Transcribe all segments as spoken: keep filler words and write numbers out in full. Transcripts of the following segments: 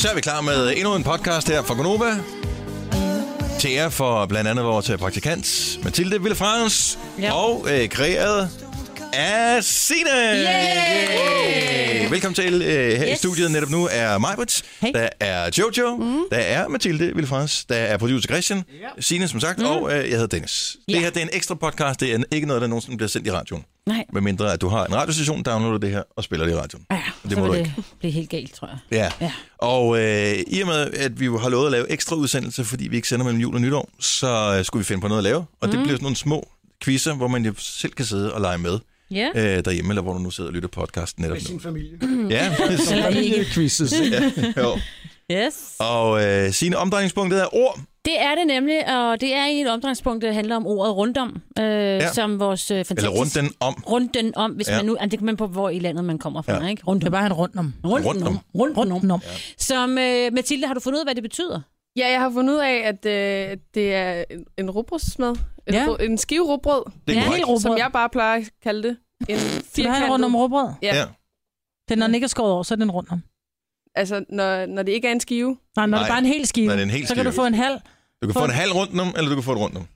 Så er vi klar med endnu en podcast her fra Gonova. Til jer for blandt andet vores praktikant, Mathilde Villefranche, ja. og øh, kreeret af Signe. Velkommen til. Øh, her yes. i studiet netop nu er Majbert, hey. der er Jojo, mm. der er Mathilde Villefranche, der er producer Christian, yep. Signe som sagt, mm. og øh, jeg hedder Dennis. Yeah. Det her det er en ekstra podcast, det er ikke noget, der nogensinde bliver sendt i radioen. Nej. Med mindre at du har en radiostation, downloader det her og spiller det i radioen. Ja, det så må du det ikke. Blive helt galt, tror jeg. Ja, ja. Og øh, i og med, at vi har lovet at lave ekstra udsendelse, fordi vi ikke sender mellem jul og nytår, så øh, skulle vi finde på noget at lave. Og mm. det bliver sådan nogle små quizzer, hvor man jo selv kan sidde og lege med. Yeah. Øh, derhjemme, eller hvor du nu sidder og lytter podcasten netop nu. Med sin familie. Ja, med sin familie-quizzes. Ja, yes. Og øh, Signe, omdrejningspunktet er ord. Det er det nemlig, og det er egentlig et omdrejningspunkt, der handler om ordet rundom, øh, ja. som vores øh, fantastiske... Eller runden om. Runden om, hvis ja. man nu... Altså, det kan man på, hvor i landet man kommer fra, ja. ikke? Rundom. Det er bare en rundom. Runden om. Runden om. om. Ja. Som, øh, Mathilde, har du fundet ud af, hvad det betyder? Ja, jeg har fundet ud af, at øh, det er en, en rugbrødsmad. En, ja. en skive rugbrød. Det er ja. korrekt. Som jeg bare plejer at kalde det. En firkantet. Du har en rundom rugbrød? Ja. ja. Den, når den ikke er skåret over, så er den rundom. Altså, når, når det ikke er en skive? Nej, når Nej. det er bare en hel skive. Nej, det er en hel så kan skive. du få en halv. Du kan få en halv rundom, eller du kan få et rundom.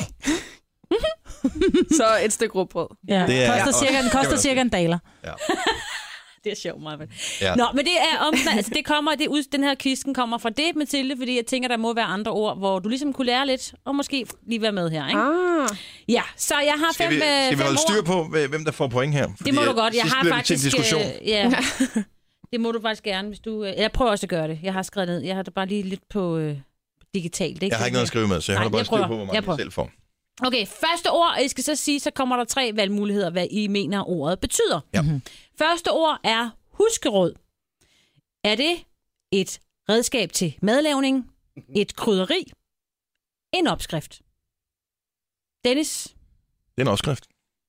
Så et stykke rugbrød. Ja, det er, koster cirka, den koster cirka en daler. Ja. Det er sjovt, meget. Ja. Nå, men det er om, altså det kommer, det ud, den her quizzen kommer fra det, Mathilde, fordi jeg tænker, der må være andre ord, hvor du ligesom kunne lære lidt, og måske lige være med her, ikke? Ah. Ja, så jeg har skal fem vi, Skal fem vi holde styr ord. på, hvem der får point her? Fordi det må du godt. Jeg har faktisk... diskussion. Øh, ja, det må du faktisk gerne, hvis du... Øh, jeg prøver også at gøre det. Jeg har skrevet ned. Jeg har det bare lige lidt på øh, digitalt. Ikke? Jeg har ikke noget at skrive med, så jeg holder bare styr på, hvor meget jeg selv får. Okay, første ord, jeg skal så sige, så kommer der tre valgmuligheder, hvad I mener, ordet betyder. Ja. Mm-hmm. Første ord er huskeråd. Er det et redskab til madlavning, et krydderi, en opskrift? Dennis? Det er en opskrift.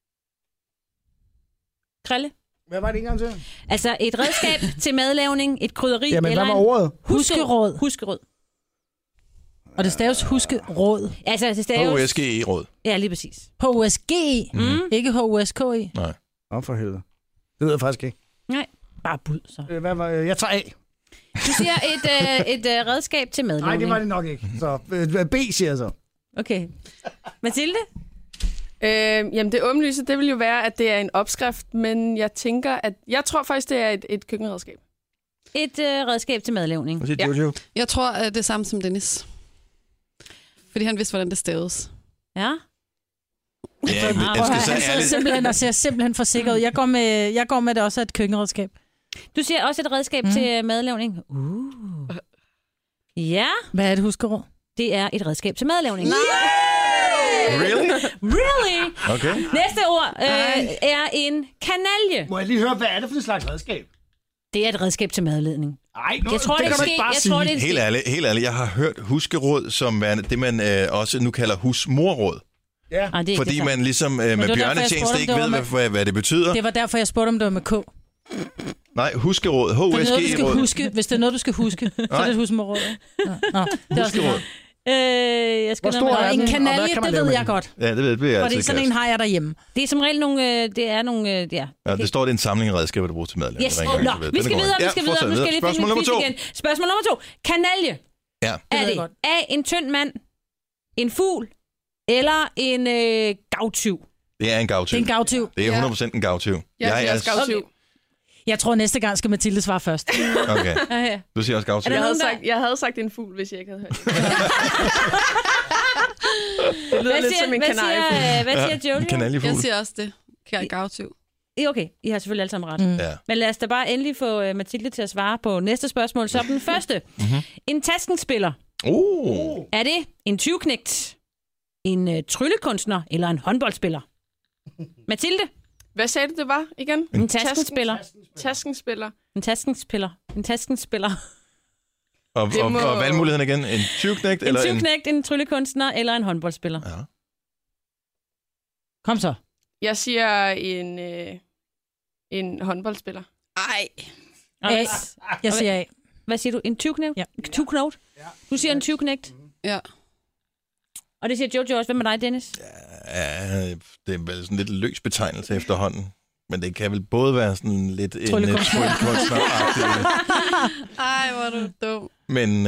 Krille? Hvad var det en gang til? Altså et redskab til madlavning, et krydderi Jamen, eller hvad var ordet? Huskeråd. Huskeråd. Og det staves huskeråd. Altså det staves... H U S G E-råd. Ja, lige præcis. H U S G E, mm. ikke H U S K E. Nej. Åh, for helvede. Det ved jeg faktisk ikke. Nej, bare bud så. Øh, hvad var, jeg tager A. Du siger et, øh, et øh, redskab til madlavning. Nej, det var det nok ikke. Så øh, B siger jeg så. Okay. Mathilde? Øh, jamen det åbenlyse, det vil jo være, at det er en opskrift, men jeg tænker, at jeg tror faktisk, det er et, et køkkenredskab. Et øh, redskab til madlavning. Hvad siger Jojo? Jeg tror, at det er samme som Dennis. Fordi han vidste, hvordan det staves. Ja. Ja, jeg, jeg skal sige, simpelthen og ser simpelthen forsikret. Jeg går med, jeg går med det også et køkkenredskab. Du siger også et redskab mm. til madlavning. Uh. Ja. Hvad er et huskeråd? Det er et redskab til madlavning. Yeah! Really? Really? Okay. Næste ord øh, er en kanalje. Må jeg lige høre, hvad er det for et slags redskab? Det er et redskab til madlavning. Ej, nu, jeg tror, det, det kan du ikke bare sige. Tror, det helt ærligt, helt ærligt, jeg har hørt huskeråd som det, man øh, også nu kalder husmorråd. Ja. Ah, det fordi man ligesom øh, med bjørnetjeneste ikke ved, med, hvad, hvad det betyder. Det var derfor, jeg spurgte, om det var med K. Nej, huskeråd. H U S G E-råd. Det er noget, du skal huske. Hvis det er noget, du skal huske, så er det et husmorråd. Ja. Huskeråd. Øh, jeg skal Hvor stor er en den, kanalje, det ved jeg godt. Ja, det ved, det ved jeg fordi altid. Sådan en har jeg derhjemme. Det er som regel nogle... Øh, det er nogle... Øh, ja. Ja, det står, det er en samling af redskaber, der bruges til madlavning. Yes. Oh, no. Vi skal videre, vi skal videre. Nu skal jeg lige Spørgsmål nummer to. Igen. Spørgsmål nummer to. Kanalje. Ja. Er det A, en tynd mand, en fugl, eller en øh, gavtyv? Det er en gavtyv. Det er en gavtyv. Det er hundrede procent en gavtyv. Jeg, jeg er også gavtyv. Okay. Jeg tror, næste gang skal Mathilde svare først. Okay. Du siger også gavtyv. Jeg havde, sagt, jeg havde sagt en fugl, hvis jeg ikke havde hørt det. Det lyder hvad lidt siger, som en hvad kanariefugl. Siger, hvad siger Jojo? En kanaliefugl. Jeg siger også det. Gavtyv. Okay, I har selvfølgelig alle sammen ret. Mm. Ja. Men lad os da bare endelig få uh, Mathilde til at svare på næste spørgsmål. Så den første. Mm-hmm. En taskenspiller. Uh. Er det en tyveknægt, en uh, tryllekunstner eller en håndboldspiller? Mathilde? Hvad sagde du, det var igen? En taskenspiller. Taskenspiller. En taskenspiller. En taskenspiller. Og, og, må... og valgmuligheden igen? En tyveknægt? En tyveknægt, en... en tryllekunstner eller en håndboldspiller? Ja. Kom så. Jeg siger en, øh, en håndboldspiller. Ej. A. Jeg siger A. Hvad siger du? En tyveknægt? Ja. Tyveknægt? Du siger en tyveknægt? Ja. Og det siger Jojo også. Hvad med dig, Dennis? Ja, det er vel sådan lidt løs betegnelse efterhånden. Men det kan vel både være sådan lidt en tryllekunstner-agtig. Ej, hvor er du dum. Men... Øh...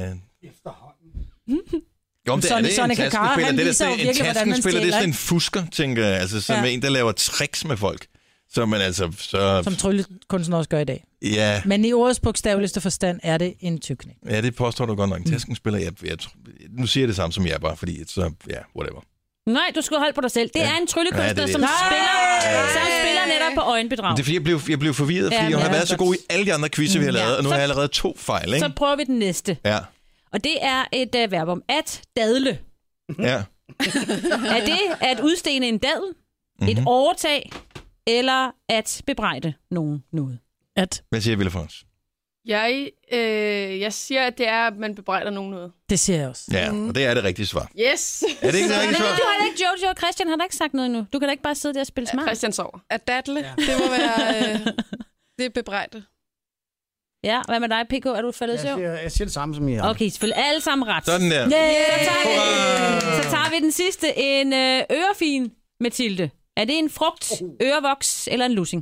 Jo, om det er det en taskespiller. Det er sådan en taskespiller, det er sådan en fusker, tænker jeg. Altså som ja. en, der laver tricks med folk. Så man altså... Så... Som tryllekunstner også gør i dag. Ja. Men i ordets bogstaveligste forstand er det en tykning. Ja, det påstår du godt nok. En taskespiller, jeg, jeg, nu siger jeg det samme som jeg bare, fordi så, ja, whatever. Nej, du skal holde på dig selv. Det ja. er en tryllekunstner, ja, det det. som spiller, ja. som spiller netop på øjenbedrag. Men det er fordi, jeg blev, jeg blev forvirret, fordi ja, jeg har været så god i alle de andre quizzer, vi har lavet, ja. og nu så, har jeg allerede to fejl, ikke? Så prøver vi den næste. Ja. Og det er et uh, verb om at dadle. Ja. Er det at udstene en dadel, mm-hmm. et overtag, eller at bebrejde nogen noget? At. Hvad siger Ville Frans? Jeg, øh, jeg siger, at det er, at man bebrejder nogen noget. Det siger jeg også. Ja, mm. og det er det rigtige svar. Yes! Er det ikke det rigtige svar? Du har da ikke, Jojo og Christian har da ikke sagt noget endnu. Du kan da ikke bare sidde der og spille smart. Ja, Christian sover. At datle, ja. det må være... Øh, det er bebrejde. Ja, hvad med dig, P K? Er du faldet i søvn? Jeg, jeg siger det samme som I har. Okay, selvfølgelig alle sammen ret. Sådan der. Yeah. Så, tager vi, så tager vi den sidste. En øh, ørefin, Mathilde. Er det en frugt, ørevoks eller en lussing?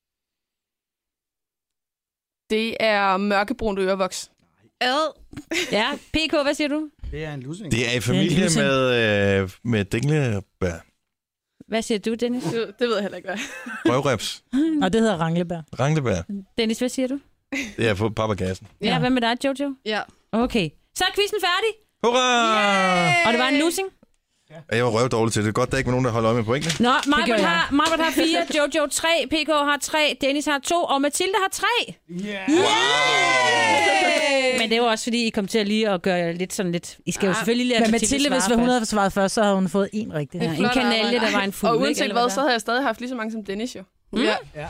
Det er mørkebrunt ørevoks. Ad. Ja, P K, hvad siger du? Det er en lussing. Det er i familie er med, øh, med dinglebær. Hvad siger du, Dennis? Det, det ved jeg heller ikke, hvad. Røvreps. Og det hedder ranglebær. Ranglebær. Dennis, hvad siger du? Det er på pappagassen. Ja, ja, hvad med dig, Jojo? Ja. Okay, så er quizzen færdig. Hurra! Yeah! Og det var en lussing? Ja. Jeg var røvdårlig til det. Godt, der er ikke nogen, der holder øje med pointene. Nå, Majbert har, Majbert har fire, Jojo tre, P K har tre, Dennis har to, og Mathilde har tre. Yeah. Wow! Men det var også, fordi I kom til at lige at gøre lidt sådan lidt... I skal jo selvfølgelig lære Men Mathilde, hvis hun havde svaret først, så havde hun fået en rigtig. Ja, en kanalje, der var en fuld. Og uanset hvad, så havde jeg stadig haft lige så mange som Dennis jo. Mm. Ja. ja.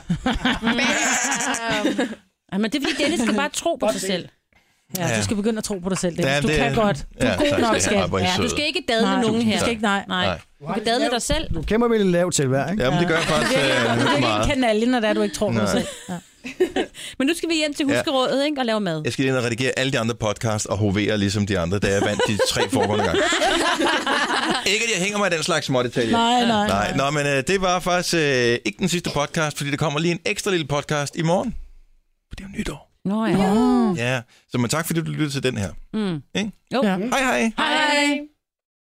Men det er fordi, Dennis skal bare tro på sig selv. Ja, ja, du skal begynde at tro på dig selv. Ja, du det, kan godt. Du er ja, god nok, skat. Ja, du skal ikke dadle nej, nogen her. Du skal ikke, nej. nej. Du kan dadle dig selv. Du kæmper vel lavt til hver, ikke? Jamen, det gør jeg faktisk øh, meget. Det er en kanalje, når det er, du ikke tror på dig selv. Ja. Men nu skal vi hjem til huskerådet, ikke, og lave mad. Jeg skal ind og redigere alle de andre podcasts og hovere ligesom de andre, da jeg vandt de tre foregående gange. Ikke, at jeg hænger mig i den slags smådetaljer. Nej, nej, nej. Nå, men øh, det var faktisk øh, ikke den sidste podcast, fordi der kommer lige en ekstra lille podcast i morgen. For det er jo nytår. Nå ja. Ja, så men tak fordi du lyttede til den her. Mm. Ikke? Jo. Ja. Hej hej. Hej hej.